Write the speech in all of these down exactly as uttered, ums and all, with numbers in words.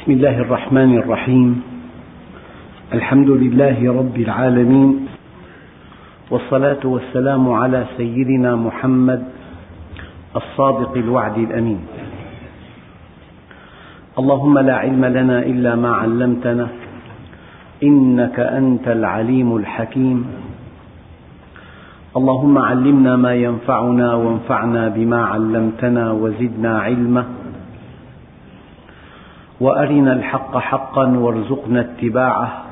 بسم الله الرحمن الرحيم. الحمد لله رب العالمين، والصلاة والسلام على سيدنا محمد الصادق الوعد الأمين. اللهم لا علم لنا إلا ما علمتنا إنك أنت العليم الحكيم. اللهم علمنا ما ينفعنا وانفعنا بما علمتنا وزدنا علما، وأرنا الحق حقا وارزقنا اتباعه،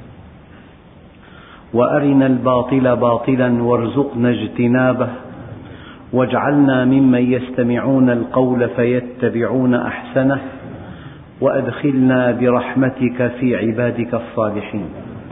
وأرنا الباطل باطلا وارزقنا اجتنابه، واجعلنا ممن يستمعون القول فيتبعون أحسنه، وأدخلنا برحمتك في عبادك الصالحين.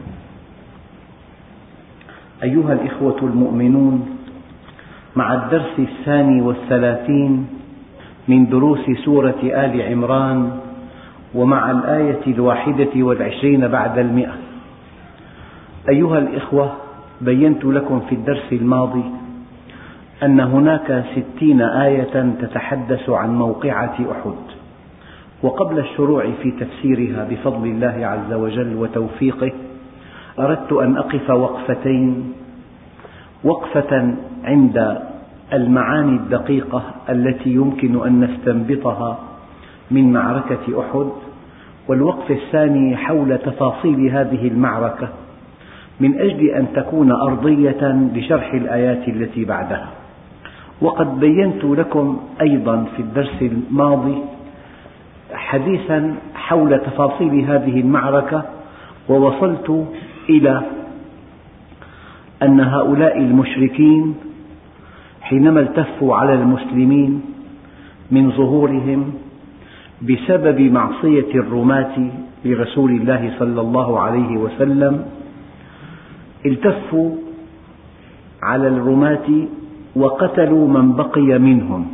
أيها الإخوة المؤمنون، مع الدرس الثاني والثلاثين من دروس سورة آل عمران، ومع الآية الواحدة والعشرين بعد المئة. أيها الإخوة، بينت لكم في الدرس الماضي أن هناك ستين آية تتحدث عن موقعة أحد، وقبل الشروع في تفسيرها بفضل الله عز وجل وتوفيقه، أردت أن أقف وقفتين: وقفة عند المعاني الدقيقة التي يمكن أن نستنبطها من معركة أحد، والوقف الثاني حول تفاصيل هذه المعركة من أجل أن تكون أرضية لشرح الآيات التي بعدها. وقد بينت لكم أيضا في الدرس الماضي حديثا حول تفاصيل هذه المعركة، ووصلت إلى أن هؤلاء المشركين حينما التفوا على المسلمين من ظهورهم بسبب معصية الرماة لرسول الله صلى الله عليه وسلم، التفوا على الرماة وقتلوا من بقي منهم.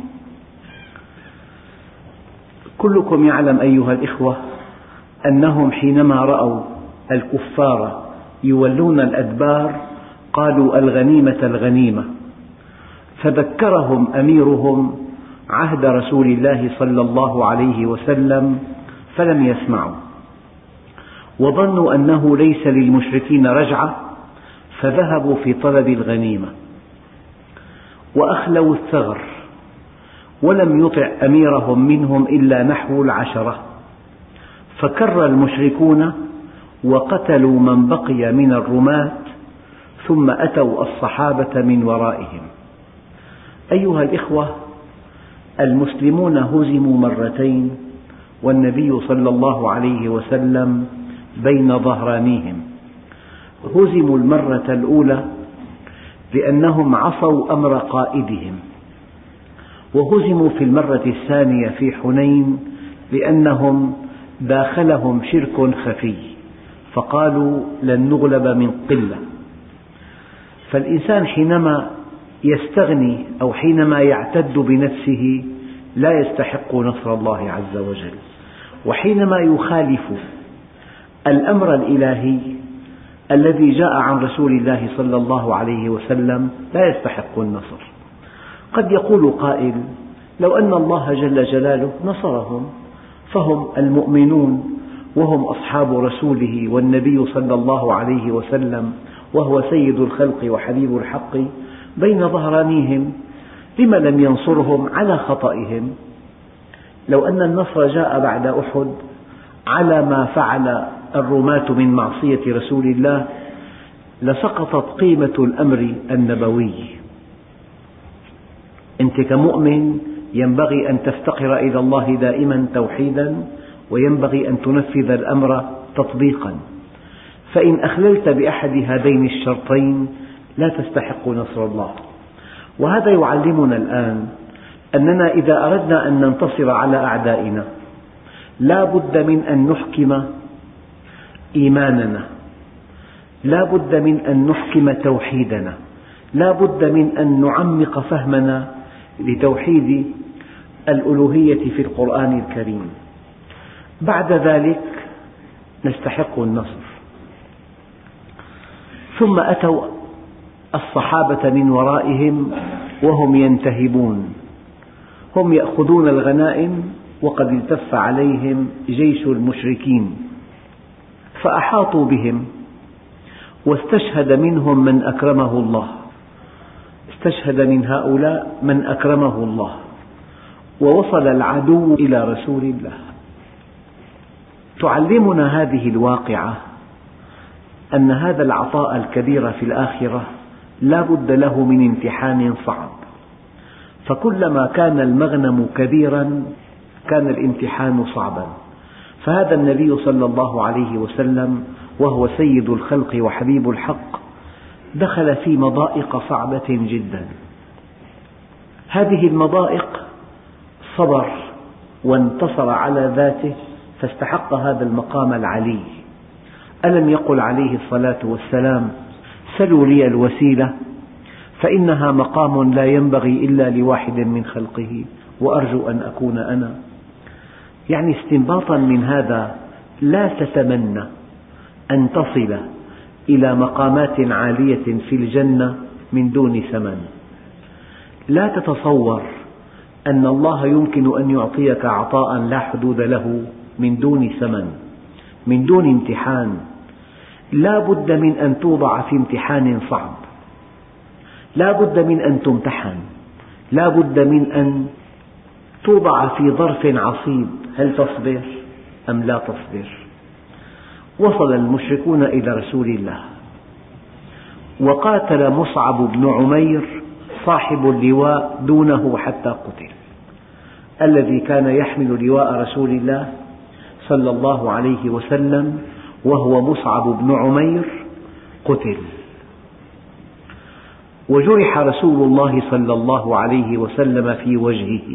كلكم يعلم أيها الإخوة أنهم حينما رأوا الكفار يولون الأدبار قالوا: الغنيمة الغنيمة، فذكرهم أميرهم عهد رسول الله صلى الله عليه وسلم فلم يسمعوا، وظنوا أنه ليس للمشركين رجعة، فذهبوا في طلب الغنيمة وأخلوا الثغر، ولم يطع أميرهم منهم إلا نحو العشرة، فكر المشركون وقتلوا من بقي من الرماة، ثم أتوا الصحابة من ورائهم. أيها الإخوة، المسلمون هزموا مرتين، والنبي صلى الله عليه وسلم بين ظهرانيهم. هزموا المرة الأولى لأنهم عصوا أمر قائدهم، وهزموا في المرة الثانية في حنين لأنهم داخلهم شرك خفي، فقالوا: لن نغلب من قلة. فالإنسان حينما يستغني أو حينما يعتد بنفسه لا يستحق نصر الله عز وجل، وحينما يخالف الأمر الإلهي الذي جاء عن رسول الله صلى الله عليه وسلم لا يستحق النصر. قد يقول قائل: لو أن الله جل جلاله نصرهم فهم المؤمنون وهم أصحاب رسوله، والنبي صلى الله عليه وسلم وهو سيد الخلق وحبيب الحق بين ظهرانيهم، لم لم ينصرهم على خطئهم؟ لو أن النصر جاء بعد أحد على ما فعل الرماة من معصية رسول الله لسقطت قيمة الأمر النبوي. أنت كمؤمن ينبغي أن تفتقر إلى الله دائما توحيدا، وينبغي أن تنفذ الأمر تطبيقا، فإن أخللت بأحد هذين الشرطين لا تستحق نصر الله. وهذا يعلمنا الآن أننا إذا أردنا أن ننتصر على أعدائنا لا بد من أن نحكم إيماننا، لا بد من أن نحكم توحيدنا، لا بد من أن نعمق فهمنا لتوحيد الألوهية في القرآن الكريم. بعد ذلك نستحق النصر. ثم أتوا الصحابة من ورائهم وهم ينتهبون، هم يأخذون الغنائم وقد التف عليهم جيش المشركين فأحاطوا بهم، واستشهد منهم من أكرمه الله، استشهد من هؤلاء من أكرمه الله، ووصل العدو إلى رسول الله. تعلمنا هذه الواقعة أن هذا العطاء الكبير في الآخرة لا بد له من امتحان صعب، فكلما كان المغنم كبيرا كان الامتحان صعبا. فهذا النبي صلى الله عليه وسلم وهو سيد الخلق وحبيب الحق دخل في مضائق صعبة جدا. هذه المضائق صبر وانتصر على ذاته فاستحق هذا المقام العلي. ألم يقل عليه الصلاة والسلام: سلوا لي الوسيلة فإنها مقام لا ينبغي إلا لواحد من خلقه وأرجو أن أكون أنا. يعني استنباطا من هذا لا تتمنى أن تصل إلى مقامات عالية في الجنة من دون ثمن. لا تتصور أن الله يمكن أن يعطيك عطاء لا حدود له من دون ثمن، من دون امتحان. لا بد من أن توضع في امتحان صعب، لا بد من أن تمتحن، لا بد من أن توضع في ظرف عصيب. هل تصبر أم لا تصبر؟ وصل المشركون إلى رسول الله، وقاتل مصعب بن عمير صاحب اللواء دونه حتى قتل، الذي كان يحمل لواء رسول الله صلى الله عليه وسلم وهو مصعب بن عمير قتل. وجرح رسول الله صلى الله عليه وسلم في وجهه،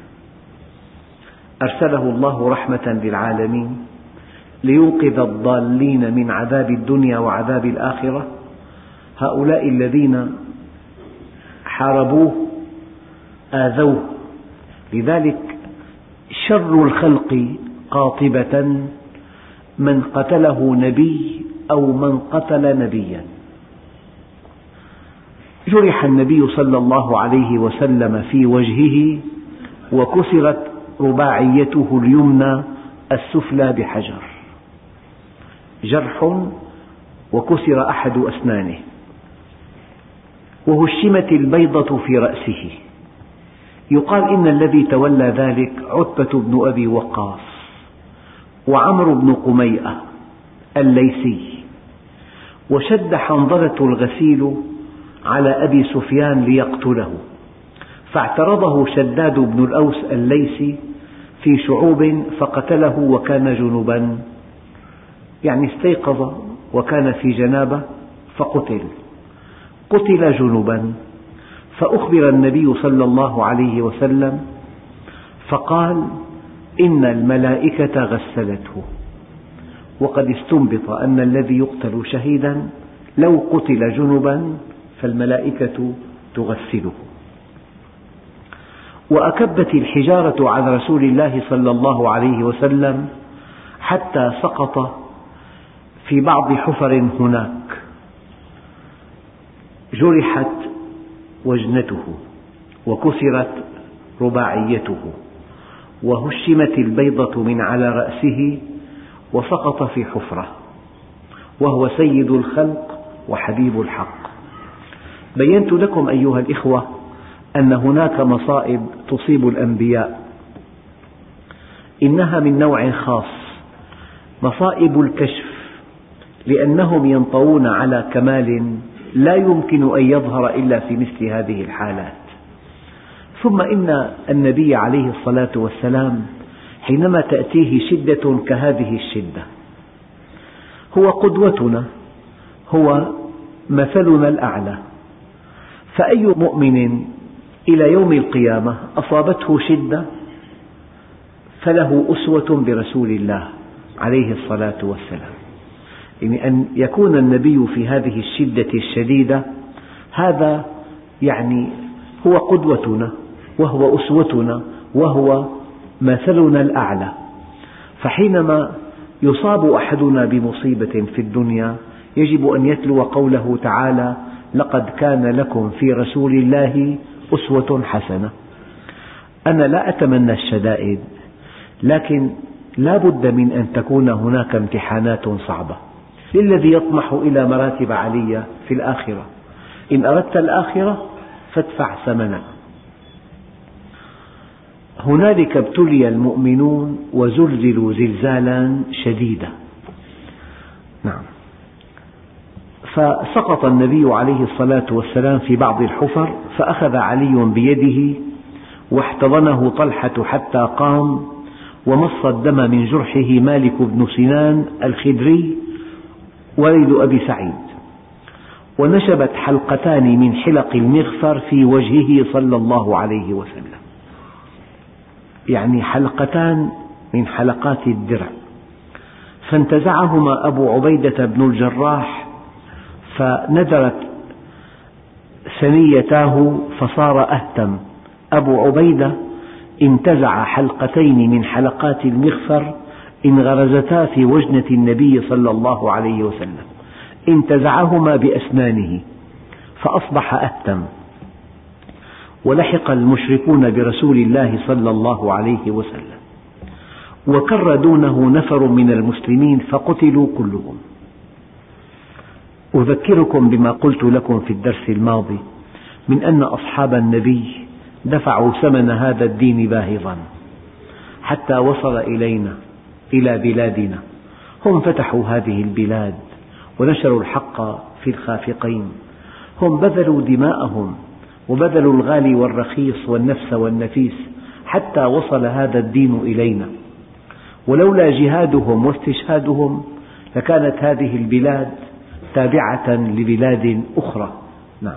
أرسله الله رحمة للعالمين لينقذ الضالين من عذاب الدنيا وعذاب الآخرة. هؤلاء الذين حاربوه آذوه، لذلك شر الخلق قاطبة من قتله نبي أو من قتل نبيا. جرح النبي صلى الله عليه وسلم في وجهه وكسرت رباعيته اليمنى السفلى بحجر، جرح وكسر أحد أسنانه، وهشمت البيضة في رأسه. يقال إن الذي تولى ذلك عتبة بن أبي وقاص وعمرو بن قميئة الليثي. وشد حنظلة الغسيل على أبي سفيان ليقتله، فاعترضه شداد بن الأوس الليثي في شعوب فقتله وكان جنبا، يعني استيقظ وكان في جنابة فقتل، قتل جنبا. فأخبر النبي صلى الله عليه وسلم فقال: إن الملائكة غسلته. وقد استنبط أن الذي يقتل شهيدا لو قتل جنبا فالملائكة تغسله. وأكبت الحجارة على رسول الله صلى الله عليه وسلم حتى سقط في بعض حفر هناك، جرحت وجنته وكسرت رباعيته وهشمت البيضة من على رأسه وسقط في حفرة، وهو سيد الخلق وحبيب الحق. بينت لكم أيها الإخوة أن هناك مصائب تصيب الأنبياء، إنها من نوع خاص، مصائب الكشف، لأنهم ينطوون على كمال لا يمكن أن يظهر إلا في مثل هذه الحالات. ثم إن النبي عليه الصلاة والسلام حينما تأتيه شدة كهذه الشدة هو قدوتنا، هو مثلنا الأعلى، فأي مؤمن إلى يوم القيامة أصابته شدة فله أسوة برسول الله عليه الصلاة والسلام. يعني أن يكون النبي في هذه الشدة الشديدة هذا يعني هو قدوتنا وهو أسوتنا وهو مثلنا الأعلى. فحينما يصاب أحدنا بمصيبة في الدنيا يجب أن يتلو قوله تعالى: لقد كان لكم في رسول الله أسوة حسنة. أنا لا أتمنى الشدائد، لكن لا بد من أن تكون هناك امتحانات صعبة للذي يطمح إلى مراتب عالية في الآخرة. إن أردت الآخرة فادفع ثمنها. هنالك ابتلي المؤمنون وزلزلوا زلزالا شديدا. نعم. فسقط النبي عليه الصلاة والسلام في بعض الحفر، فأخذ علي بيده واحتضنه طلحة حتى قام، ومص الدم من جرحه مالك بن سنان الخدري والد أبي سعيد، ونشبت حلقتان من حلق المغفر في وجهه صلى الله عليه وسلم، يعني حلقتان من حلقات الدرع، فانتزعهما أبو عبيدة بن الجراح فندرت ثنيتاه فصار أهتم. أبو عبيدة انتزع حلقتين من حلقات المغفر انغرزتا في وجنة النبي صلى الله عليه وسلم، انتزعهما بأسنانه فأصبح أهتم. ولحق المشركون برسول الله صلى الله عليه وسلم، وكر دونه نفر من المسلمين فقتلوا كلهم. أذكركم بما قلت لكم في الدرس الماضي من أن أصحاب النبي دفعوا ثمن هذا الدين باهظا حتى وصل إلينا إلى بلادنا. هم فتحوا هذه البلاد ونشروا الحق في الخافقين، هم بذلوا دماءهم وبذلوا الغالي والرخيص والنفس والنفيس حتى وصل هذا الدين إلينا، ولولا جهادهم واستشهادهم لكانت هذه البلاد تابعة لبلاد أخرى. نعم.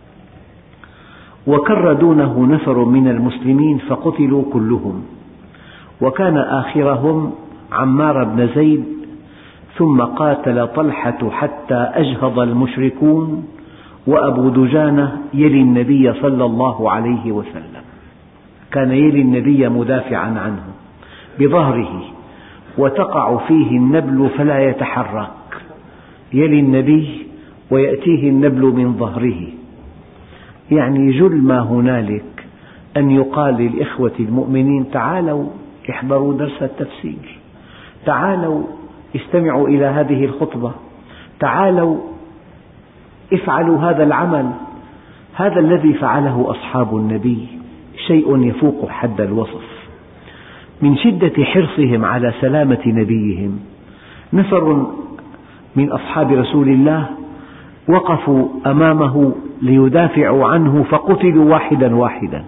وكر دونه نفر من المسلمين فقتلوا كلهم، وكان آخرهم عمار بن زيد، ثم قاتل طلحة حتى أجهض المشركون، وأبو دجانة يلي النبي صلى الله عليه وسلم، كان يلي النبي مدافعا عنه بظهره، وتقع فيه النبل فلا يتحرك، يلي النبي ويأتيه النبل من ظهره. يعني جل ما هنالك أن يقال للإخوة المؤمنين تعالوا احضروا درس التفسير، تعالوا استمعوا إلى هذه الخطبة، تعالوا افعلوا هذا العمل. هذا الذي فعله أصحاب النبي شيء يفوق حد الوصف. من شدة حرصهم على سلامة نبيهم، نفر من أصحاب رسول الله وقفوا أمامه ليدافعوا عنه فقتلوا واحدا واحدا.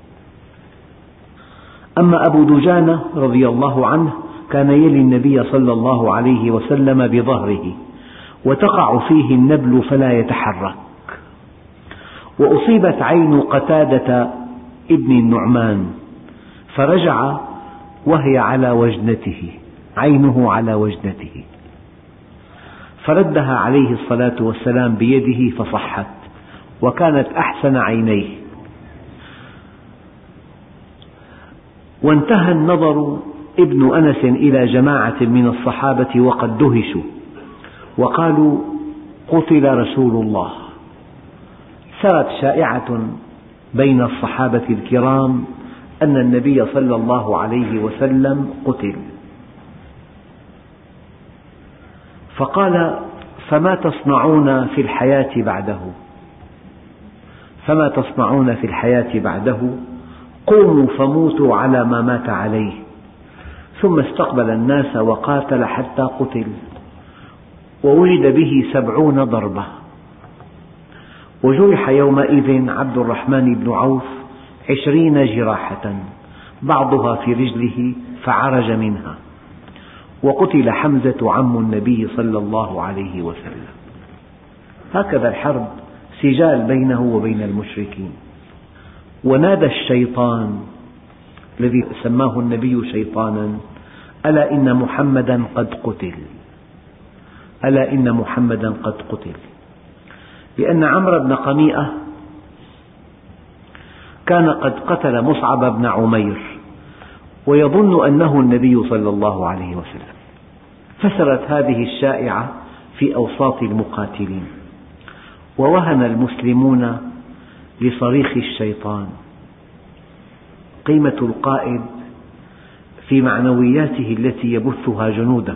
أما أبو دجانة رضي الله عنه كان يلي النبي صلى الله عليه وسلم بظهره، وتقع فيه النبل فلا يتحرك. وأصيبت عين قتادة ابن النعمان فرجع وهي على وجنته، عينه على وجنته، فردها عليه الصلاة والسلام بيده فصحت، وكانت أحسن عينيه. وانتهى النظر ابن أنس إلى جماعة من الصحابة وقد دهشوا وقالوا قتل رسول الله. سرت شائعة بين الصحابة الكرام أن النبي صلى الله عليه وسلم قتل، فقال فما تصنعون في الحياة بعده؟ فما تصنعون في الحياة بعده؟ قوموا فموتوا على ما مات عليه. ثم استقبل الناس وقاتل حتى قتل، ووجد به سبعون ضربة، وجرح يومئذ عبد الرحمن بن عوف عشرين جراحة بعضها في رجله فعرج منها، وقتل حمزة عم النبي صلى الله عليه وسلم. هكذا الحرب سجال بينه وبين المشركين. ونادى الشيطان الذي سماه النبي شيطانا: ألا إن محمدا قد قتل، ألا إن محمدا قد قتل. لأن عمرو بن قميئة كان قد قتل مصعب بن عمير ويظن أنه النبي صلى الله عليه وسلم، فسرت هذه الشائعة في أوساط المقاتلين، ووهن المسلمون لصريخ الشيطان. قيمة القائد في معنوياته التي يبثها جنوده.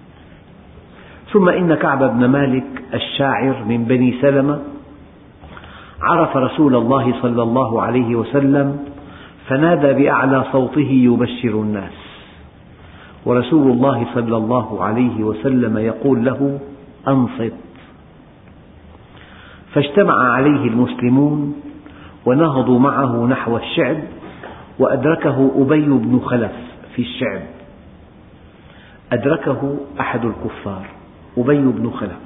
ثم إن كعب بن مالك الشاعر من بني سلمة عرف رسول الله صلى الله عليه وسلم فنادى بأعلى صوته يبشر الناس، ورسول الله صلى الله عليه وسلم يقول له: أنصت. فاجتمع عليه المسلمون ونهضوا معه نحو الشعب، وأدركه أبي بن خلف في الشعب، أدركه أحد الكفار أبي بن خلف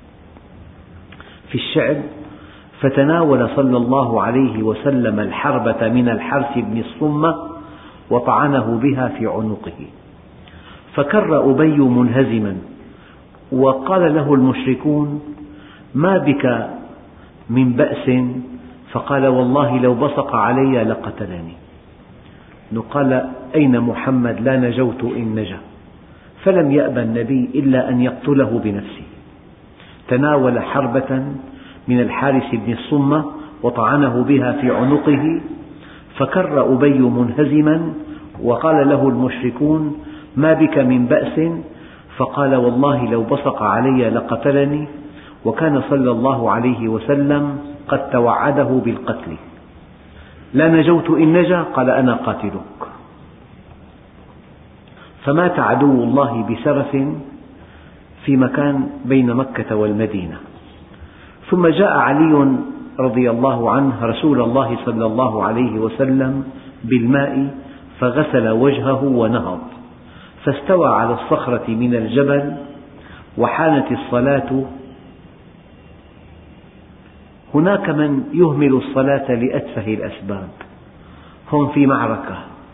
في الشعب، فتناول صلى الله عليه وسلم الحربة من الحرث بن الصمة وطعنه بها في عنقه، فكر أبي منهزما، وقال له المشركون: ما بك من بأس؟ فقال: والله لو بصق علي لقتلني. قال: أين محمد؟ لا نجوت إن نجا. فلم يأبى النبي إلا أن يقتله بنفسه، تناول حربة من الحارث بن الصمة وطعنه بها في عنقه، فكر أبي منهزما، وقال له المشركون: ما بك من بأس؟ فقال: والله لو بصق علي لقتلني. وكان صلى الله عليه وسلم قد توعده بالقتل. لا نجوت إن نجا، قال: أنا قاتلك. فمات عدو الله بسرف في مكان بين مكة والمدينة. ثم جاء علي رضي الله عنه رسول الله صلى الله عليه وسلم بالماء فغسل وجهه ونهض، فاستوى على الصخرة من الجبل، وحانت الصلاة. هناك من يهمل الصلاة لأتفه الأسباب، هم في معركة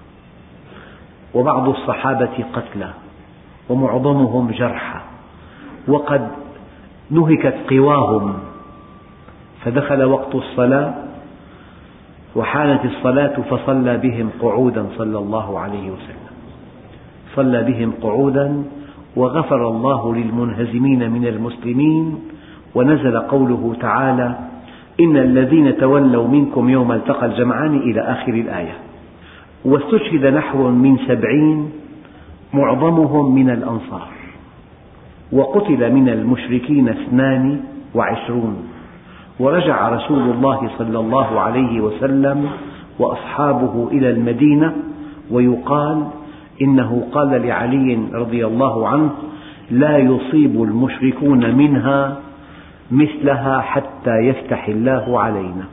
وبعض الصحابة قتلى ومعظمهم جرحى، وقد نهكت قواهم، فدخل وقت الصلاة وحانت الصلاة فصلى بهم قعودا صلى الله عليه وسلم، صلى بهم قعودا، وغفر الله للمنهزمين من المسلمين، ونزل قوله تعالى: إن الذين تولوا منكم يوم التقى الجمعان إلى آخر الآية. واستشهد نحو من سبعين معظمهم من الأنصار، وقتل من المشركين اثنان وعشرون. ورجع رسول الله صلى الله عليه وسلم وأصحابه إلى المدينة، ويقال إنه قال لعلي رضي الله عنه: لا يصيب المشركون منها مثلها حتى يفتح الله علينا.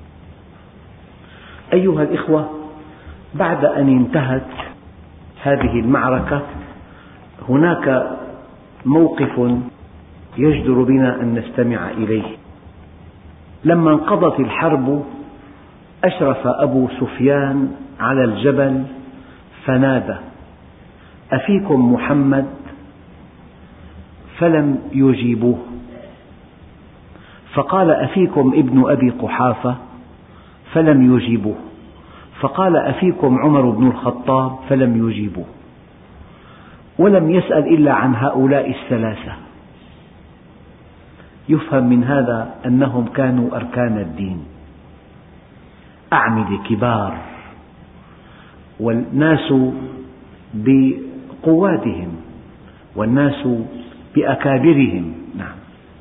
أيها الإخوة، بعد أن انتهت هذه المعركة هناك موقف يجدر بنا أن نستمع إليه. لما انقضت الحرب أشرف أبو سفيان على الجبل فنادى: أفيكم محمد؟ فلم يجيبوه. فقال: أفيكم ابن أبي قحافة؟ فلم يجيبوه. فقال: أفيكم عمر بن الخطاب؟ فلم يجيبوه. ولم يسأل إلا عن هؤلاء الثلاثة. يفهم من هذا أنهم كانوا أركان الدين، أعمدة كبار، والناس بقواتهم والناس بأكابرهم. نعم.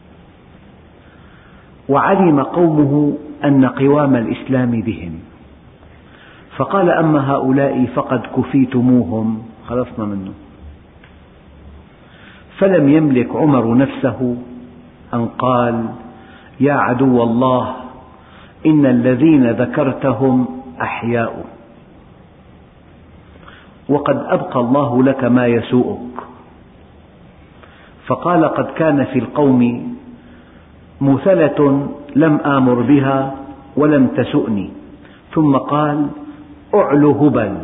وعلم قومه أن قوام الإسلام بهم، فقال: أما هؤلاء فقد كفيتموهم، خلصنا منهم. فلم يملك عمر نفسه أن قال: يا عدو الله، إن الذين ذكرتهم أحياء، وقد أبقى الله لك ما يسوءك. فقال: قد كان في القوم مثلة لم آمر بها ولم تسؤني. ثم قال: أعلو هبل،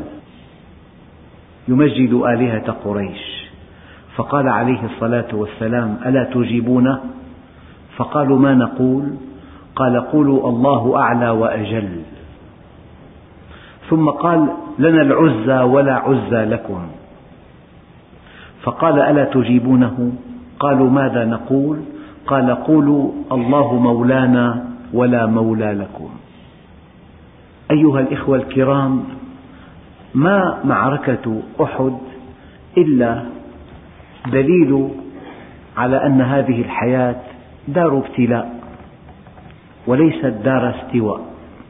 يمجد آلهة قريش. فقال عليه الصلاة والسلام: ألا تجيبونه؟ فقالوا: ما نقول؟ قال: قولوا الله أعلى وأجل. ثم قال: لنا العزى ولا عزى لكم. فقال: ألا تجيبونه؟ قالوا: ماذا نقول؟ قال: قولوا الله مولانا ولا مولى لكم. أيها الإخوة الكرام، ما معركة أحد إلا دليل على أن هذه الحياة دار ابتلاء وليست دار استواء.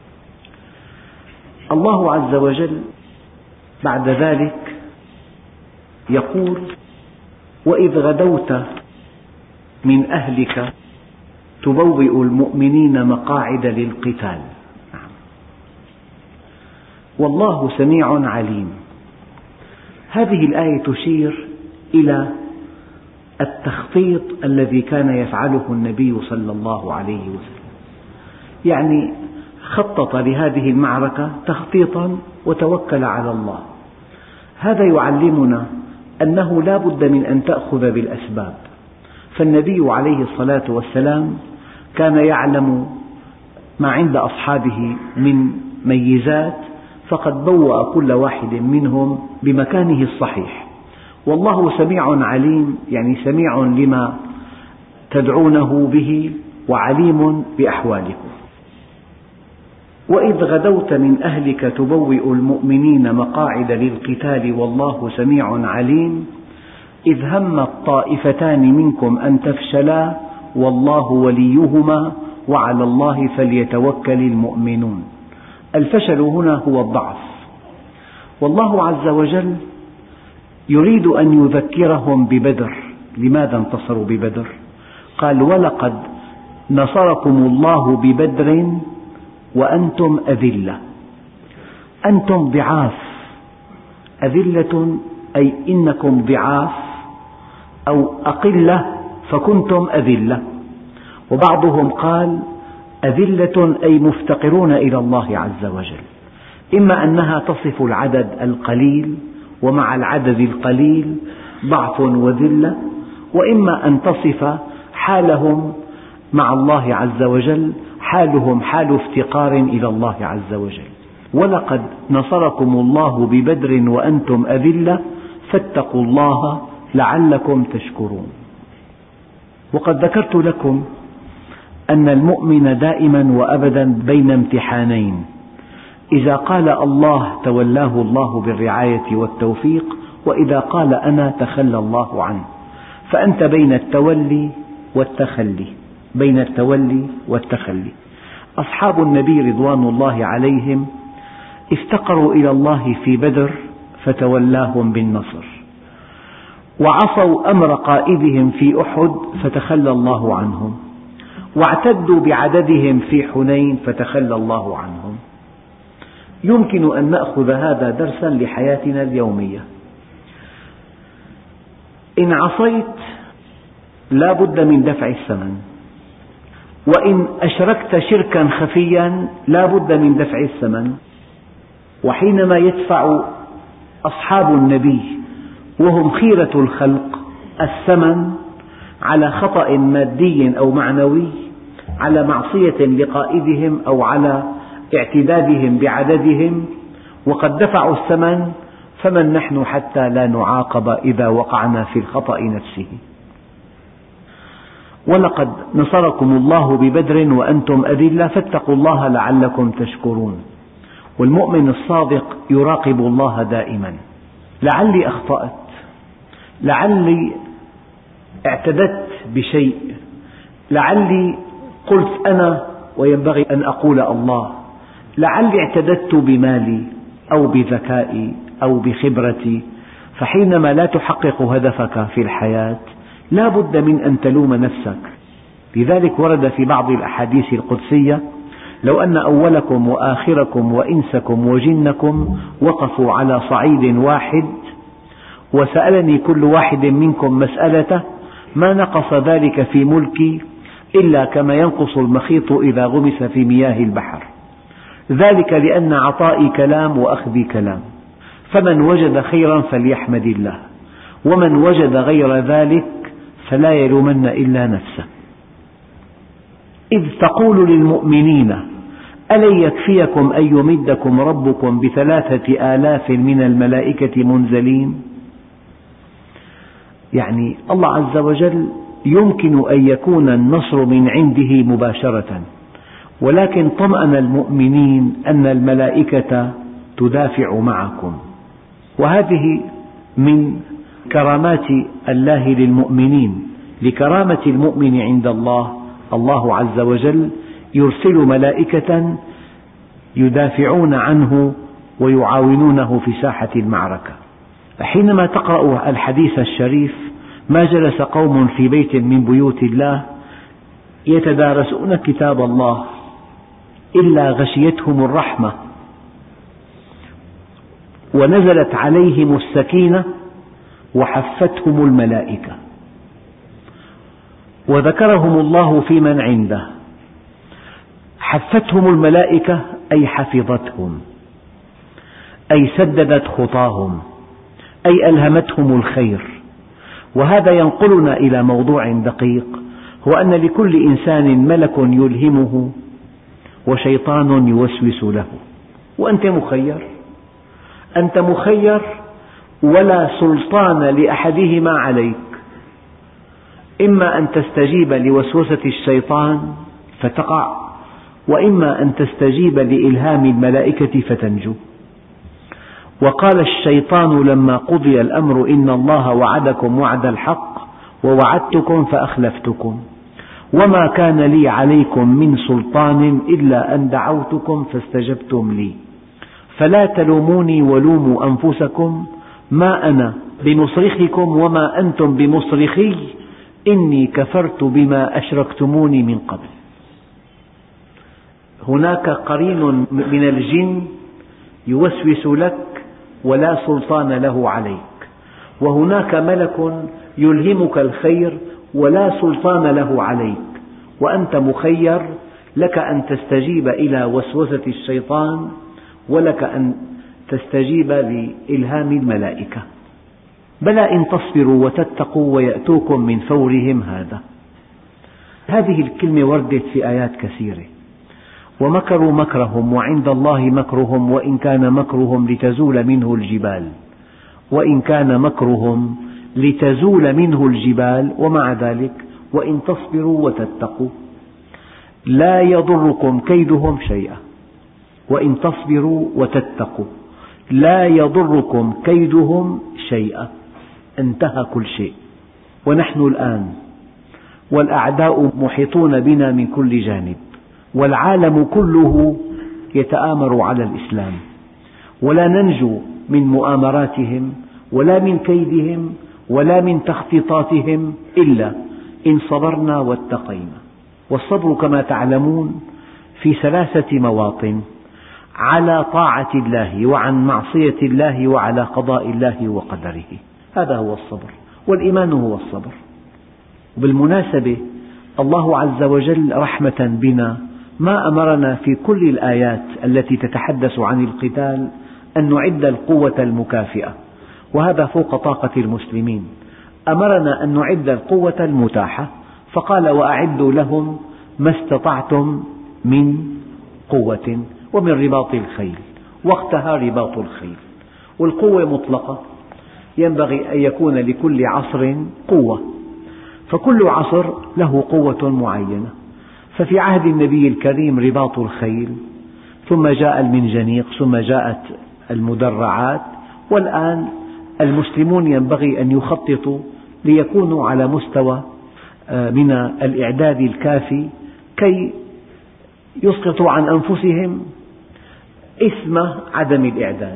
الله عز وجل بعد ذلك يقول: وإذ غدوت من أهلك تبوئ المؤمنين مقاعد للقتال. والله سميع عليم. هذه الآية تشير إلى التخطيط الذي كان يفعله النبي صلى الله عليه وسلم، يعني خطط لهذه المعركة تخطيطا وتوكل على الله. هذا يعلمنا أنه لا بد من أن تأخذ بالأسباب، فالنبي عليه الصلاة والسلام كان يعلم ما عند أصحابه من ميزات، فقد بوأ كل واحد منهم بمكانه الصحيح. والله سميع عليم، يعني سميع لما تدعونه به وعليم بأحوالكم. وإذ غدوت من أهلك تبوئ المؤمنين مقاعد للقتال والله سميع عليم إذ همت طائفتان منكم أن تفشلا والله وليهما وعلى الله فليتوكل المؤمنون. الفشل هنا هو الضعف، والله عز وجل يريد أن يذكرهم ببدر. لماذا انتصروا ببدر؟ قال: ولقد نصركم الله ببدر وأنتم أذلة. أنتم ضعاف، أذلة أي إنكم ضعاف أو أقلة فكنتم أذلة. وبعضهم قال: أذلة أي مفتقرون إلى الله عز وجل، إما أنها تصف العدد القليل ومع العدد القليل ضعف وذلة، وإما أن تصف حالهم مع الله عز وجل، حالهم حال افتقار إلى الله عز وجل. ولقد نصركم الله ببدر وأنتم أذلة فاتقوا الله لعلكم تشكرون. وقد ذكرت لكم أن المؤمن دائما وأبدا بين امتحانين: إذا قال الله تولاه الله بالرعاية والتوفيق، وإذا قال أنا تخلى الله عنه. فأنت بين التولي والتخلي، بين التولي والتخلي. أصحاب النبي رضوان الله عليهم افتقروا إلى الله في بدر فتولاهم بالنصر، وعصوا أمر قائدهم في أحد فتخلى الله عنهم، واعتدوا بعددهم في حنين فتخلى الله عنهم. يمكن أن نأخذ هذا درسا لحياتنا اليومية. إن عصيت لا بد من دفع الثمن، وإن أشركت شركا خفيا لا بد من دفع الثمن. وحينما يدفع أصحاب النبي وهم خيرة الخلق الثمن على خطأ مادي أو معنوي، على معصية لقائدهم أو على اعتدادهم بعددهم، وقد دفعوا الثمن، فمن نحن حتى لا نعاقب إذا وقعنا في الخطأ نفسه. ولقد نصركم الله ببدر وأنتم أذلة فاتقوا الله لعلكم تشكرون. والمؤمن الصادق يراقب الله دائما: لعلي أخطأت، لعلي اعتدت بشيء، لعلي قلت أنا وينبغي أن أقول الله، لعلي اعتدت بمالي أو بذكائي أو بخبرتي. فحينما لا تحقق هدفك في الحياة لا بد من أن تلوم نفسك. لذلك ورد في بعض الأحاديث القدسية: لو أن أولكم وآخركم وإنسكم وجنكم وقفوا على صعيد واحد وسألني كل واحد منكم مسألته ما نقص ذلك في ملكي إلا كما ينقص المخيط إذا غمس في مياه البحر. ذلك لأن عطائي كلام وأخذي كلام، فمن وجد خيرا فليحمد الله، ومن وجد غير ذلك فلا يلومن إلا نفسه. إذ تقول للمؤمنين ألن يكفيكم أن يمدكم ربكم بثلاثة آلاف من الملائكة منزلين. يعني الله عز وجل يمكن أن يكون النصر من عنده مباشرة، ولكن طمأن المؤمنين أن الملائكة تدافع معكم. وهذه من كرامات الله للمؤمنين. لكرامة المؤمن عند الله، الله عز وجل يرسل ملائكة يدافعون عنه ويعاونونه في ساحة المعركة. حينما تقرأ الحديث الشريف: ما جلس قوم في بيت من بيوت الله يتدارسون كتاب الله إلا غشيتهم الرحمة ونزلت عليهم السكينة وحفتهم الملائكة وذكرهم الله في من عنده. حفتهم الملائكة أي حفظتهم، أي سددت خطاهم، أي ألهمتهم الخير. وهذا ينقلنا إلى موضوع دقيق، هو أن لكل إنسان ملك يلهمه وشيطان يوسوس له، وأنت مخير. أنت مخير ولا سلطان لأحدهما عليك، إما أن تستجيب لوسوسة الشيطان فتقع، وإما أن تستجيب لإلهام الملائكة فتنجو. وقال الشيطان لما قضي الأمر: إن الله وعدكم وعد الحق ووعدتكم فأخلفتكم وما كان لي عليكم من سلطان إلا أن دعوتكم فاستجبتم لي فلا تلوموني ولوموا أنفسكم ما أنا بمصرخكم وما أنتم بمصرخي إني كفرت بما أشركتموني من قبل. هناك قرين من الجن يوسوس لك ولا سلطان له عليك، وهناك ملك يلهمك الخير ولا سلطان له عليك، وأنت مخير، لك أن تستجيب إلى وسوسة الشيطان ولك أن تستجيب لإلهام الملائكة. بلى إن تصبروا وتتقوا ويأتوكم من فورهم هذا. هذه الكلمة وردت في آيات كثيرة: ومكروا مكرهم وعند الله مكرهم وإن كان مكرهم لتزول منه الجبال وإن كان مكرهم لتزول منه الجبال ومع ذلك وإن تصبروا وتتقوا لا يضركم كيدهم شيئا. وإن تصبروا وتتقوا لا يضركم كيدهم شيئا. انتهى كل شيء. ونحن الآن والأعداء محيطون بنا من كل جانب، والعالم كله يتآمر على الإسلام، ولا ننجو من مؤامراتهم ولا من كيدهم ولا من تخطيطاتهم إلا إن صبرنا واتقينا. والصبر كما تعلمون في ثلاثة مواطن: على طاعة الله وعن معصية الله وعلى قضاء الله وقدره. هذا هو الصبر، والإيمان هو الصبر. وبالمناسبة الله عز وجل رحمة بنا ما أمرنا في كل الآيات التي تتحدث عن القتال أن نعد القوة المكافئة، وهذا فوق طاقة المسلمين. أمرنا أن نعد القوة المتاحة، فقال: وأعدوا لهم ما استطعتم من قوة ومن رباط الخيل. وقتها رباط الخيل، والقوة مطلقة، ينبغي أن يكون لكل عصر قوة، فكل عصر له قوة معينة. ففي عهد النبي الكريم رباط الخيل، ثم جاء المنجنيق، ثم جاءت المدرعات، والآن المسلمون ينبغي أن يخططوا ليكونوا على مستوى من الإعداد الكافي كي يسقطوا عن أنفسهم إثم عدم الإعداد.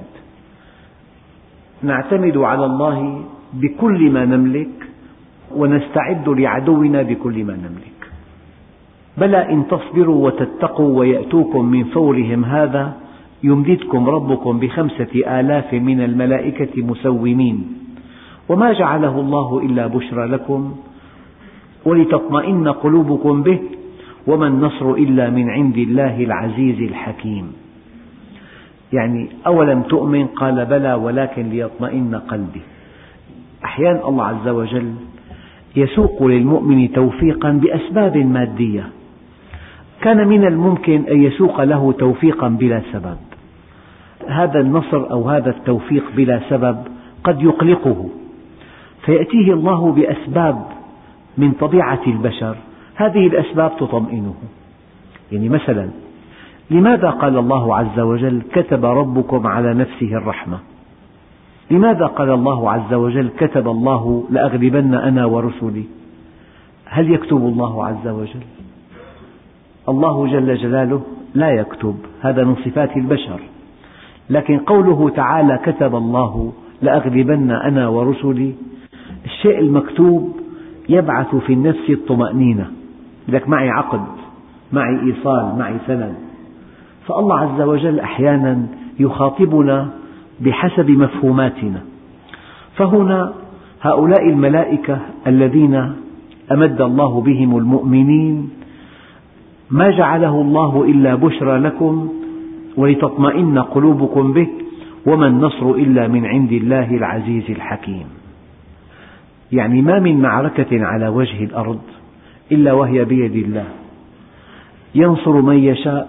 نعتمد على الله بكل ما نملك ونستعد لعدونا بكل ما نملك. بلى إن تصبروا وتتقوا ويأتوكم من فورهم هذا يمددكم ربكم بخمسة آلاف من الملائكة مسومين وما جعله الله إلا بشرى لكم ولتطمئن قلوبكم به وما النصر إلا من عند الله العزيز الحكيم. يعني أولم تؤمن؟ قال: بلى ولكن ليطمئن قلبي. أحيانا الله عز وجل يسوق للمؤمن توفيقا بأسباب مادية، كان من الممكن أن يسوق له توفيقا بلا سبب. هذا النصر أو هذا التوفيق بلا سبب قد يقلقه، فيأتيه الله بأسباب من طبيعة البشر، هذه الأسباب تطمئنه. يعني مثلا، لماذا قال الله عز وجل: كتب ربكم على نفسه الرحمة؟ لماذا قال الله عز وجل كتب الله لأغلبن أنا ورسلي؟ هل يكتب الله عز وجل؟ الله جل جلاله لا يكتب، هذا من صفات البشر، لكن قوله تعالى كتب الله لأغلبن أنا ورسلي، الشيء المكتوب يبعث في النفس الطمأنينة، لك معي عقد، معي إيصال، معي سند. فالله عز وجل أحيانا يخاطبنا بحسب مفهوماتنا. فهنا هؤلاء الملائكة الذين أمد الله بهم المؤمنين ما جعله الله إلا بشرى لكم ولتطمئن قلوبكم به وما النصر إلا من عند الله العزيز الحكيم. يعني ما من معركة على وجه الأرض إلا وهي بيد الله، ينصر من يشاء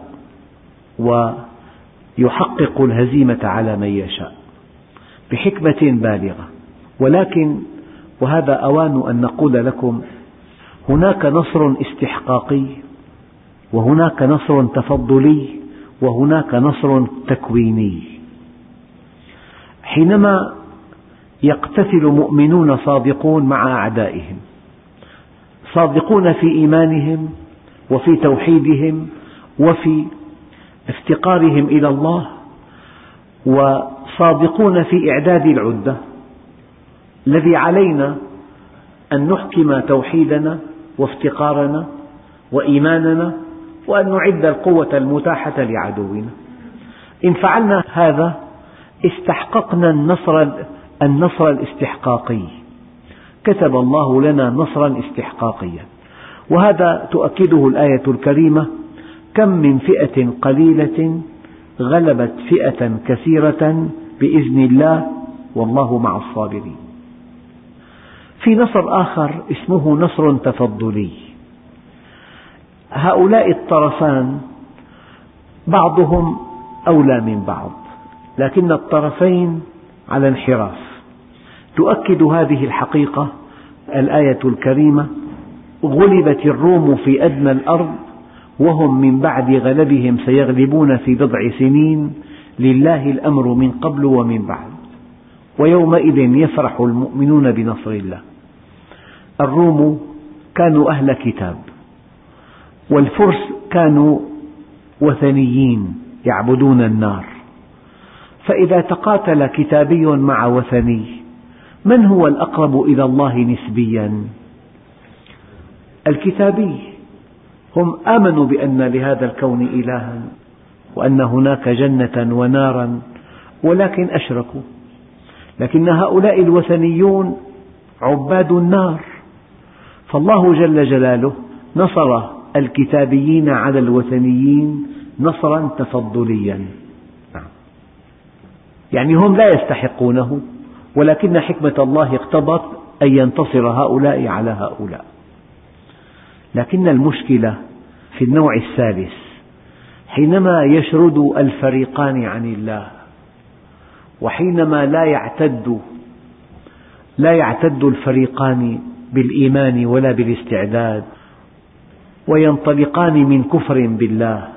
ويحقق الهزيمة على من يشاء بحكمة بالغة. ولكن وهذا أوان أن نقول لكم هناك نصر استحقاقي، وهناك نصر تفضلي، وهناك نصر تكويني. حينما يقتتل مؤمنون صادقون مع أعدائهم، صادقون في إيمانهم وفي توحيدهم وفي افتقارهم إلى الله، وصادقون في إعداد العدة، الذي علينا أن نحكم توحيدنا وافتقارنا وإيماننا وأن نعد القوة المتاحة لعدونا. إن فعلنا هذا استحققنا النصر النصر الاستحقاقي، كتب الله لنا نصرا استحقاقيا. وهذا تؤكده الآية الكريمة: كم من فئة قليلة غلبت فئة كثيرة بإذن الله والله مع الصابرين. في نصر آخر اسمه نصر تفضلي. هؤلاء الطرفان بعضهم أولى من بعض، لكن الطرفين على انحراف. تؤكد هذه الحقيقة الآية الكريمة: غلبت الروم في أدنى الأرض وهم من بعد غلبهم سيغلبون في بضع سنين لله الأمر من قبل ومن بعد ويومئذ يفرح المؤمنون بنصر الله. الروم كانوا أهل كتاب، والفرس كانوا وثنيين يعبدون النار. فإذا تقاتل كتابي مع وثني، من هو الأقرب إلى الله نسبيا؟ الكتابي. هم آمنوا بأن لهذا الكون إلها وأن هناك جنة ونارا، ولكن أشركوا. لكن هؤلاء الوثنيون عباد النار، فالله جل جلاله نصر الكتابيين على الوثنيين نصرا تفضليا. يعني هم لا يستحقونه، ولكن حكمة الله اقتضت أن ينتصر هؤلاء على هؤلاء. لكن المشكلة في النوع الثالث، حينما يشرد الفريقان عن الله، وحينما لا يعتد لا يعتد الفريقان بالإيمان ولا بالاستعداد، وينطلقان من كفر بالله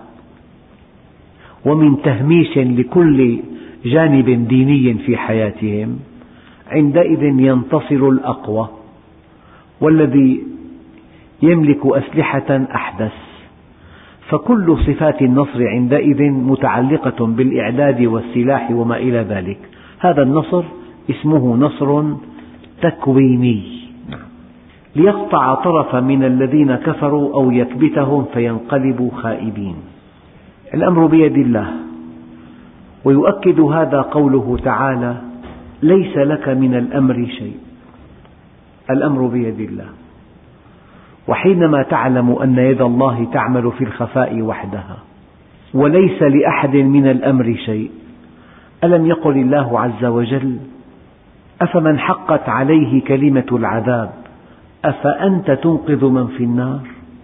ومن تهميش لكل جانب ديني في حياتهم، عندئذ ينتصر الأقوى والذي يملك أسلحة أحدث. فكل صفات النصر عندئذ متعلقة بالإعداد والسلاح وما إلى ذلك. هذا النصر اسمه نصر تكويني، ليقطع طرفا من الذين كفروا أو يكبتهم فينقلبوا خائبين. الأمر بيد الله. ويؤكد هذا قوله تعالى: ليس لك من الأمر شيء. الأمر بيد الله. وحينما تعلم أن يد الله تعمل في الخفاء وحدها وليس لأحد من الأمر شيء، ألم يقل الله عز وجل: أفمن حقت عليه كلمة العذاب أفأنت تنقذ من في النار؟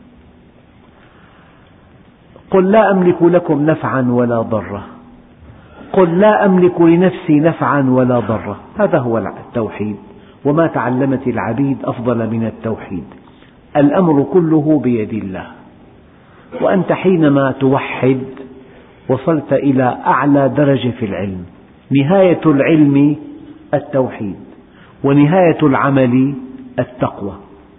قل لا أملك لكم نفعا ولا ضرا، قل لا أملك لنفسي نفعا ولا ضرا. هذا هو التوحيد، وما تعلمت العبيد أفضل من التوحيد. الأمر كله بيد الله. وأنت حينما توحد وصلت إلى أعلى درجة في العلم. نهاية العلم التوحيد، ونهاية العمل التقوى.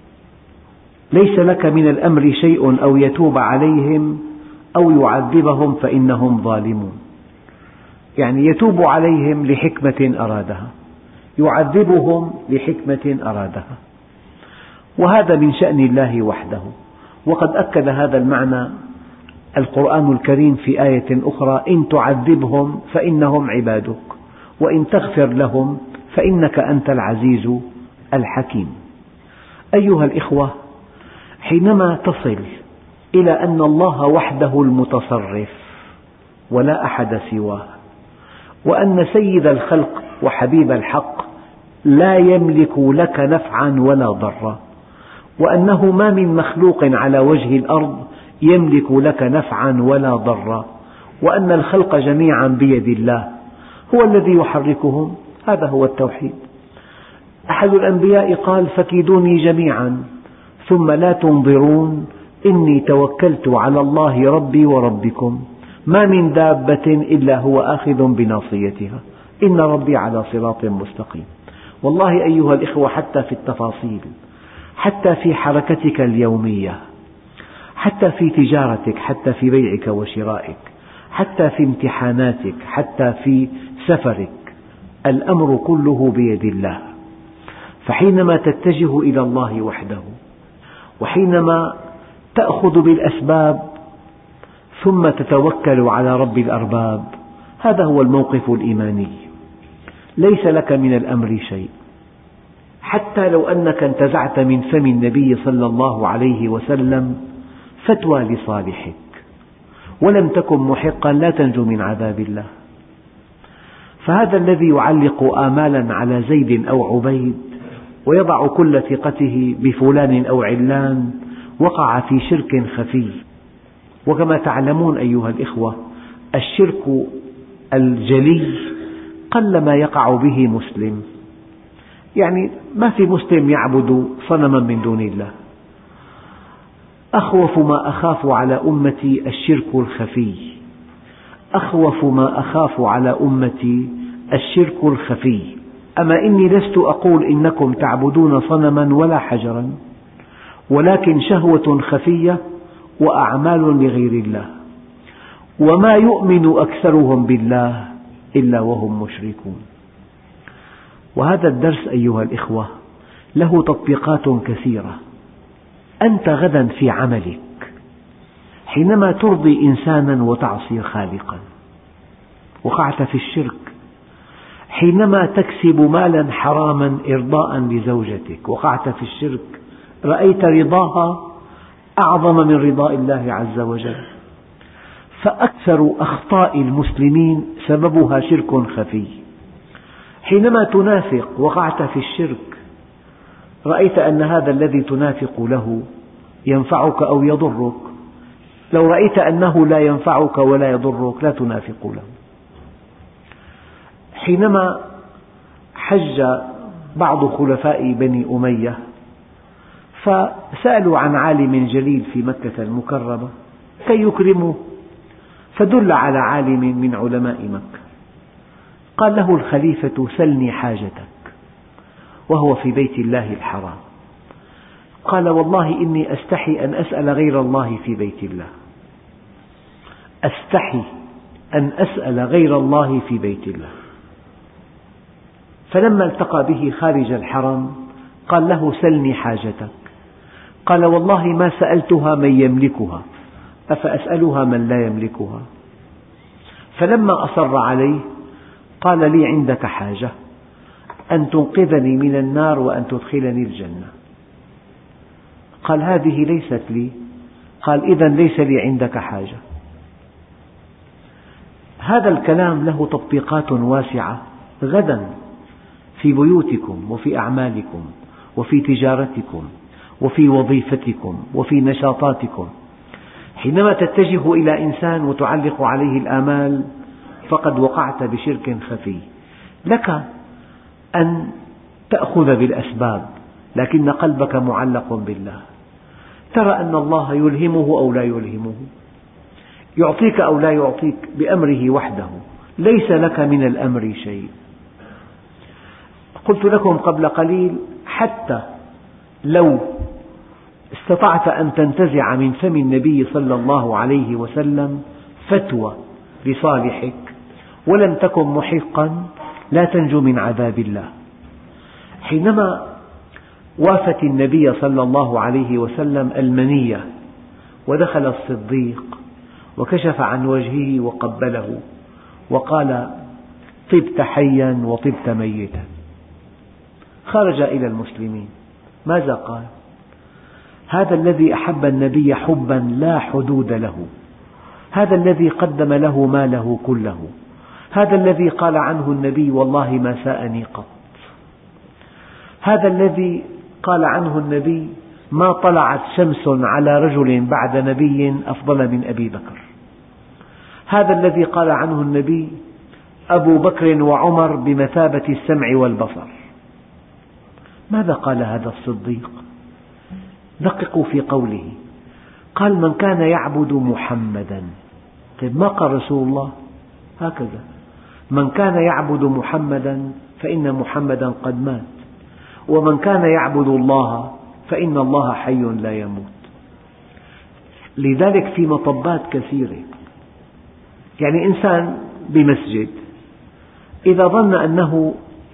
ليس لك من الأمر شيء أو يتوب عليهم أو يعذبهم فإنهم ظالمون. يعني يتوب عليهم لحكمة أرادها، يعذبهم لحكمة أرادها، وهذا من شأن الله وحده. وقد أكد هذا المعنى القرآن الكريم في آية أخرى: إن تعذبهم فإنهم عبادك وإن تغفر لهم فإنك أنت العزيز الحكيم. أيها الإخوة، حينما تصل إلى أن الله وحده المتصرف ولا أحد سواه، وأن سيد الخلق وحبيب الحق لا يملك لك نفعا ولا ضرا، وأنه ما من مخلوق على وجه الأرض يملك لك نفعا ولا ضرا، وأن الخلق جميعا بيد الله هو الذي يحركهم، هذا هو التوحيد. أحد الأنبياء قال: فكيدوني جميعا ثم لا تنظرون إني توكلت على الله ربي وربكم ما من دابة إلا هو آخذ بناصيتها إن ربي على صراط مستقيم. والله أيها الإخوة، حتى في التفاصيل، حتى في حركتك اليومية، حتى في تجارتك، حتى في بيعك وشرائك، حتى في امتحاناتك، حتى في سفرك، الأمر كله بيد الله. فحينما تتجه إلى الله وحده، وحينما تأخذ بالأسباب ثم تتوكل على رب الأرباب، هذا هو الموقف الإيماني. ليس لك من الأمر شيء. حتى لو أنك انتزعت من فم النبي صلى الله عليه وسلم فتوى لصالحك ولم تكن محقا لا تنجو من عذاب الله. فهذا الذي يعلق آمالا على زيد أو عبيد ويضع كل ثقته بفلان أو علان وقع في شرك خفي. وكما تعلمون أيها الإخوة، الشرك الجلي قلما يقع به مسلم، يعني ما في مسلم يعبد صنما من دون الله. أخوف ما أخاف على أمتي الشرك الخفي، أخوف ما أخاف على أمتي الشرك الخفي. أما إني لست أقول إنكم تعبدون صنما ولا حجرا، ولكن شهوة خفية وأعمال لغير الله، وما يؤمن أكثرهم بالله إلا وهم مشركون. وهذا الدرس أيها الإخوة له تطبيقات كثيرة. أنت غدا في عملك حينما ترضي إنسانا وتعصي خالقا وقعت في الشرك، حينما تكسب مالا حراما إرضاء لزوجتك وقعت في الشرك، رأيت رضاها أعظم من رضاء الله عز وجل. فأكثر أخطاء المسلمين سببها شرك خفي. حينما تنافق وقعت في الشرك، رأيت أن هذا الذي تنافق له ينفعك أو يضرك. لو رأيت أنه لا ينفعك ولا يضرك لا تنافق له. حينما حج بعض خلفاء بني أمية فسألوا عن عالم جليل في مكة المكرمة كي يكرموه، فدل على عالم من علماء مكة. قال له الخليفة: سلني حاجتك، وهو في بيت الله الحرام. قال: والله إني أستحي أن أسأل غير الله في بيت الله، أستحي أن أسأل غير الله في بيت الله. فلما التقى به خارج الحرم قال له: سلني حاجتك. قال: والله ما سألتها من يملكها، أفأسألها من لا يملكها؟ فلما أصر عليه قال: لي عندك حاجة، أن تنقذني من النار وأن تدخلني الجنة. قال: هذه ليست لي. قال: إذن ليس لي عندك حاجة. هذا الكلام له تطبيقات واسعة غدا في بيوتكم وفي أعمالكم وفي تجارتكم وفي وظيفتكم وفي نشاطاتكم. حينما تتجه إلى إنسان وتعلق عليه الآمال فقد وقعت بشرك خفي. لك أن تأخذ بالأسباب، لكن قلبك معلق بالله. ترى أن الله يلهمه أو لا يلهمه، يعطيك أو لا يعطيك، بأمره وحده، ليس لك من الأمر شيء. قلت لكم قبل قليل حتى لو استطعت أن تنتزع من فم النبي صلى الله عليه وسلم فتوى لصالحك ولم تكن محقا لا تنجو من عذاب الله. حينما وافت النبي صلى الله عليه وسلم المنية ودخل الصديق وكشف عن وجهه وقبله وقال: طبت حيا وطبت ميتا. خرج إلى المسلمين، ماذا قال؟ هذا الذي أحب النبي حبا لا حدود له، هذا الذي قدم له ماله كله، هذا الذي قال عنه النبي: والله ما ساءني قط، هذا الذي قال عنه النبي: ما طلعت شمس على رجل بعد نبي أفضل من أبي بكر، هذا الذي قال عنه النبي: أبو بكر وعمر بمثابة السمع والبصر. ماذا قال هذا الصديق؟ دققوا في قوله، قال: من كان يعبد محمدا. طيب ما قال رسول الله هكذا؟ من كان يعبد محمدا فإن محمدا قد مات، ومن كان يعبد الله فإن الله حي لا يموت. لذلك في مطبات كثيرة، يعني إنسان بمسجد إذا ظن أنه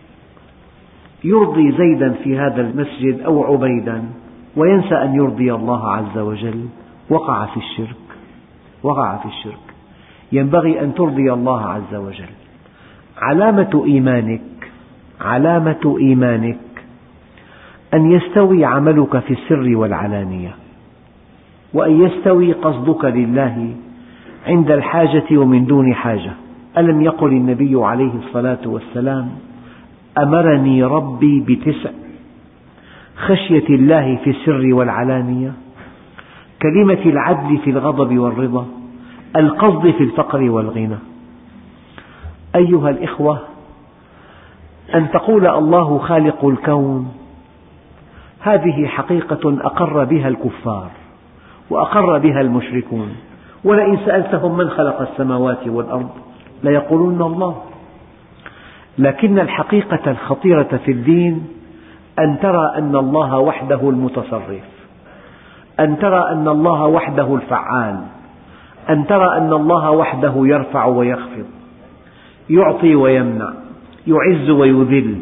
يرضي زيدا في هذا المسجد أو عبيدا وينسى أن يرضي الله عز وجل وقع في الشرك، وقع في الشرك. ينبغي أن ترضي الله عز وجل. علامة إيمانك علامة إيمانك أن يستوي عملك في السر والعلانية، وأن يستوي قصدك لله عند الحاجة ومن دون حاجة. ألم يقل النبي عليه الصلاة والسلام: أمرني ربي بتسع: خشية الله في السر والعلانية، كلمة العدل في الغضب والرضا، القصد في الفقر والغنى. أيها الإخوة، أن تقول الله خالق الكون هذه حقيقة أقر بها الكفار وأقر بها المشركون، ولئن سألتهم من خلق السماوات والأرض ليقولون الله. لكن الحقيقة الخطيرة في الدين أن ترى أن الله وحده المتصرف، أن ترى أن الله وحده الفعال، أن ترى أن الله وحده يرفع ويخفض، يعطي ويمنع، يعز ويذل،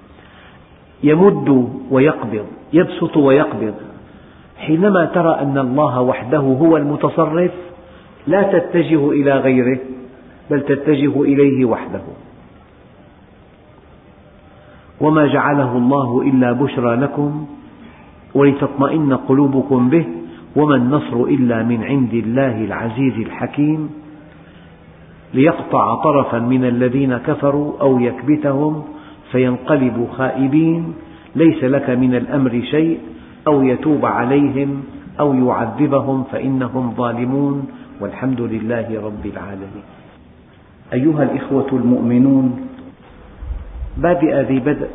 يمد ويقبض، يبسط ويقبض. حينما ترى أن الله وحده هو المتصرف لا تتجه إلى غيره بل تتجه إليه وحده. وما جعله الله إلا بشرى لكم ولتطمئن قلوبكم به وما النصر إلا من عند الله العزيز الحكيم ليقطع طرفا من الذين كفروا أو يكبتهم فينقلبوا خائبين ليس لك من الأمر شيء أو يتوب عليهم أو يعذبهم فإنهم ظالمون والحمد لله رب العالمين. أيها الإخوة المؤمنون، بادئ ذي بدء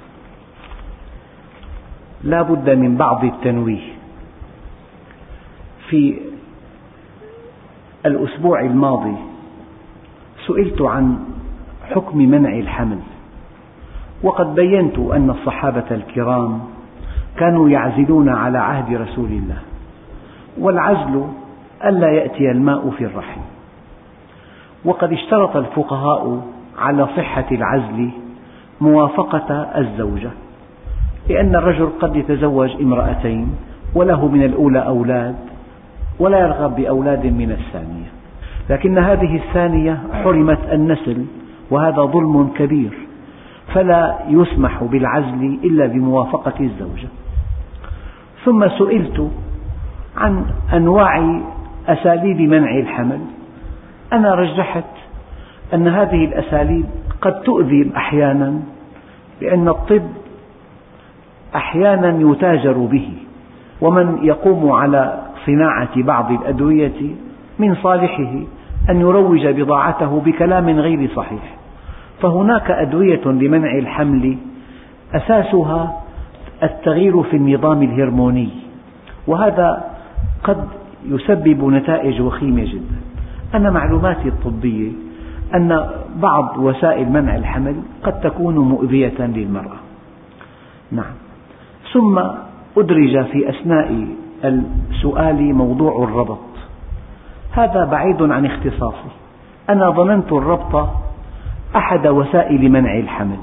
لا بد من بعض التنويه. في الأسبوع الماضي سئلت عن حكم منع الحمل، وقد بينت أن الصحابة الكرام كانوا يعزلون على عهد رسول الله، والعزل ألا يأتي الماء في الرحم. وقد اشترط الفقهاء على صحة العزل موافقة الزوجة، لأن الرجل قد يتزوج امرأتين وله من الأولى أولاد ولا يرغب بأولاد من الثانية، لكن هذه الثانية حرمت النسل وهذا ظلم كبير، فلا يسمح بالعزل إلا بموافقة الزوجة. ثم سئلت عن أنواع أساليب منع الحمل. أنا رجحت أن هذه الأساليب قد تؤذي أحيانا، لأن الطب أحيانا يتاجر به، ومن يقوم على صناعة بعض الأدوية من صالحه أن يروج بضاعته بكلام غير صحيح. فهناك أدوية لمنع الحمل أساسها التغيير في النظام الهرموني، وهذا قد يسبب نتائج وخيمة جدا. أنا معلوماتي الطبية أن بعض وسائل منع الحمل قد تكون مؤذية للمرأة. نعم. ثم أدرج في أثناء السؤال موضوع الربط، هذا بعيد عن اختصاصي. أنا ظننت الربط أحد وسائل منع الحمل،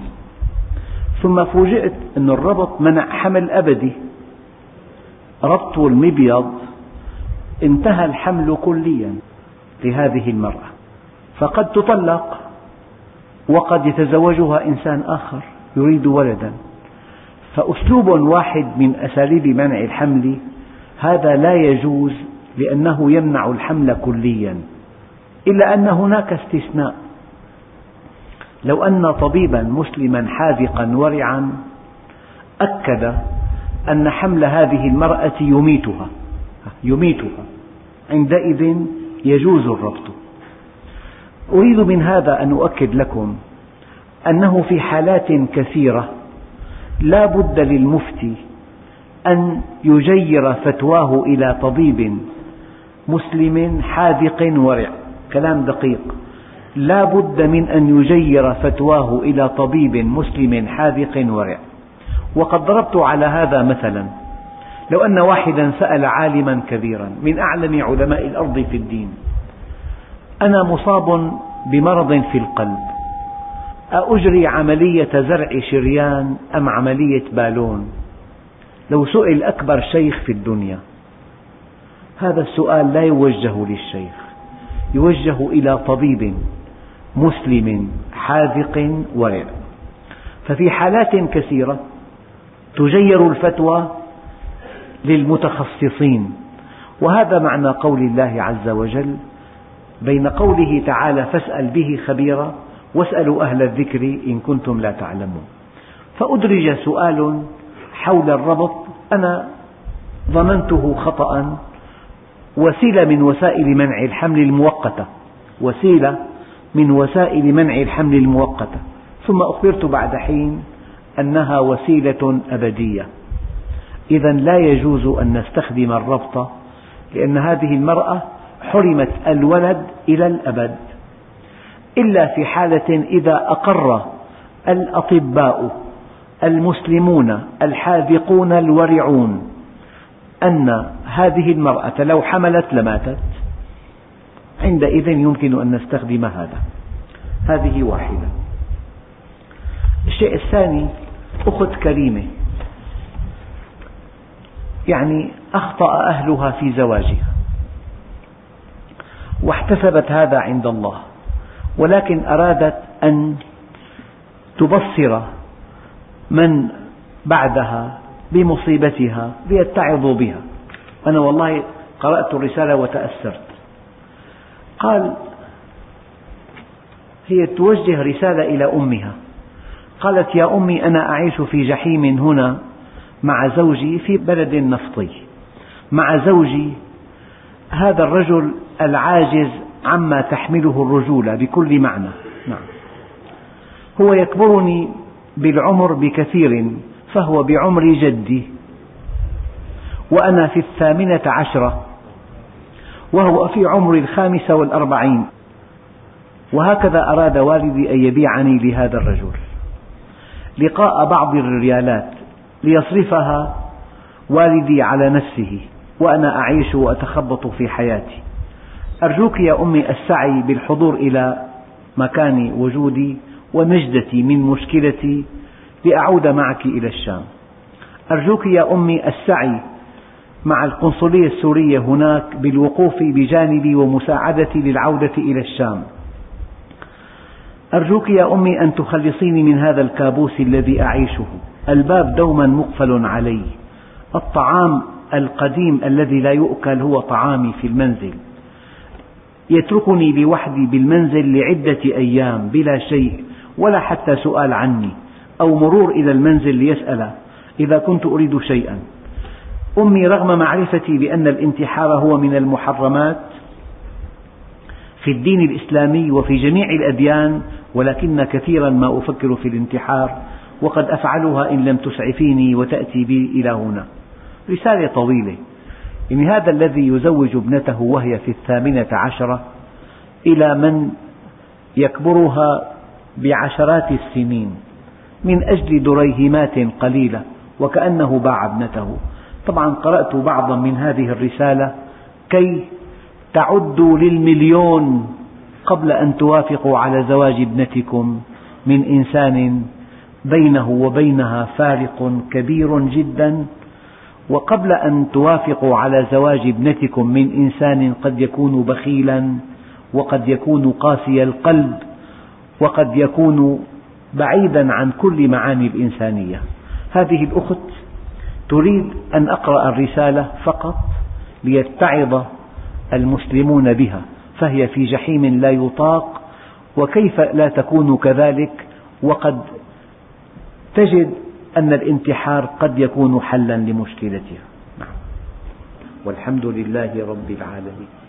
ثم فوجئت أن الربط منع حمل أبدي. ربط المبيض انتهى الحمل كليا لهذه المرأة، فقد تطلق وقد يتزوجها إنسان آخر يريد ولدا. فأسلوب واحد من أساليب منع الحمل هذا لا يجوز، لأنه يمنع الحمل كليا، إلا أن هناك استثناء. لو أن طبيبا مسلما حاذقا ورعا أكد أن حمل هذه المرأة يميتها يميتها عندئذ يجوز الربط. أريد من هذا أن أؤكد لكم أنه في حالات كثيرة لا بد للمفتي أن يجير فتواه إلى طبيب مسلم حاذق ورع. كلام دقيق، لا بد من أن يجير فتواه إلى طبيب مسلم حاذق ورع. وقد ضربت على هذا مثلا، لو أن واحدا سأل عالما كبيرا من أعلم علماء الأرض في الدين: أنا مصاب بمرض في القلب، أأجري عملية زرع شريان أم عملية بالون؟ لو سئل أكبر شيخ في الدنيا هذا السؤال لا يوجه للشيخ، يوجه إلى طبيب مسلم حاذق ورع. ففي حالات كثيرة تجير الفتوى للمتخصصين، وهذا معنى قول الله عز وجل بين قوله تعالى: فاسأل به خبيرا واسألوا أهل الذكر إن كنتم لا تعلمون. فأدرج سؤال حول الربط أنا ظننته خطأ، وسيلة من وسائل منع الحمل المؤقتة، وسيلة من وسائل منع الحمل المؤقتة، ثم أخبرت بعد حين أنها وسيلة أبدية. إذا لا يجوز أن نستخدم الربط، لأن هذه المرأة حرمت الولد إلى الأبد، إلا في حالة إذا أقر الأطباء المسلمون الحاذقون الورعون أن هذه المرأة لو حملت لماتت، عندئذ يمكن أن نستخدم هذا. هذه واحدة. الشيء الثاني: أخت كريمة، يعني أخطأ أهلها في زواجها واحتسبت هذا عند الله، ولكن أرادت أن تبصر من بعدها بمصيبتها ليتعظوا بها. أنا والله قرأت الرسالة وتأثرت. قال هي توجه رسالة إلى أمها، قالت: يا أمي، أنا أعيش في جحيم هنا مع زوجي في بلد نفطي، مع زوجي هذا الرجل العاجز عما تحمله الرجولة بكل معنى. نعم. هو يكبرني بالعمر بكثير، فهو بعمر جدي، وأنا في الثامنة عشرة وهو في عمر الخامسة والأربعين، وهكذا أراد والدي أن يبيعني لهذا الرجل لقاء بعض الريالات ليصرفها والدي على نفسه، وأنا أعيش وأتخبط في حياتي. أرجوك يا أمي السعي بالحضور إلى مكان وجودي ونجدتي من مشكلتي لأعود معك إلى الشام. أرجوك يا أمي السعي مع القنصلية السورية هناك بالوقوف بجانبي ومساعدتي للعودة إلى الشام. أرجوك يا أمي أن تخلصيني من هذا الكابوس الذي أعيشه، الباب دوما مقفل علي، الطعام القديم الذي لا يؤكل هو طعامي في المنزل، يتركني لوحدي بالمنزل لعدة أيام بلا شيء ولا حتى سؤال عني أو مرور إلى المنزل ليسأل إذا كنت أريد شيئا. أمي رغم معرفتي بأن الانتحار هو من المحرمات في الدين الإسلامي وفي جميع الأديان، ولكن كثيرا ما أفكر في الانتحار، وقد أفعلها إن لم تسعفيني وتأتي بي إلى هنا. رسالة طويلة. يعني هذا الذي يزوج ابنته وهي في الثامنة عشرة إلى من يكبرها بعشرات السنين من أجل دريهمات قليلة وكأنه باع ابنته. طبعا قرأت بعضا من هذه الرسالة كي تعدوا للمليون قبل أن توافقوا على زواج ابنتكم من إنسان بينه وبينها فارق كبير جدا، وقبل أن توافقوا على زواج ابنتكم من إنسان قد يكون بخيلا وقد يكون قاسي القلب وقد يكون بعيدا عن كل معاني الإنسانية. هذه الأخت تريد أن أقرأ الرسالة فقط ليتعظ المسلمون بها، فهي في جحيم لا يطاق، وكيف لا تكون كذلك وقد تجد أن الانتحار قد يكون حلا لمشكلتها. والحمد لله رب العالمين.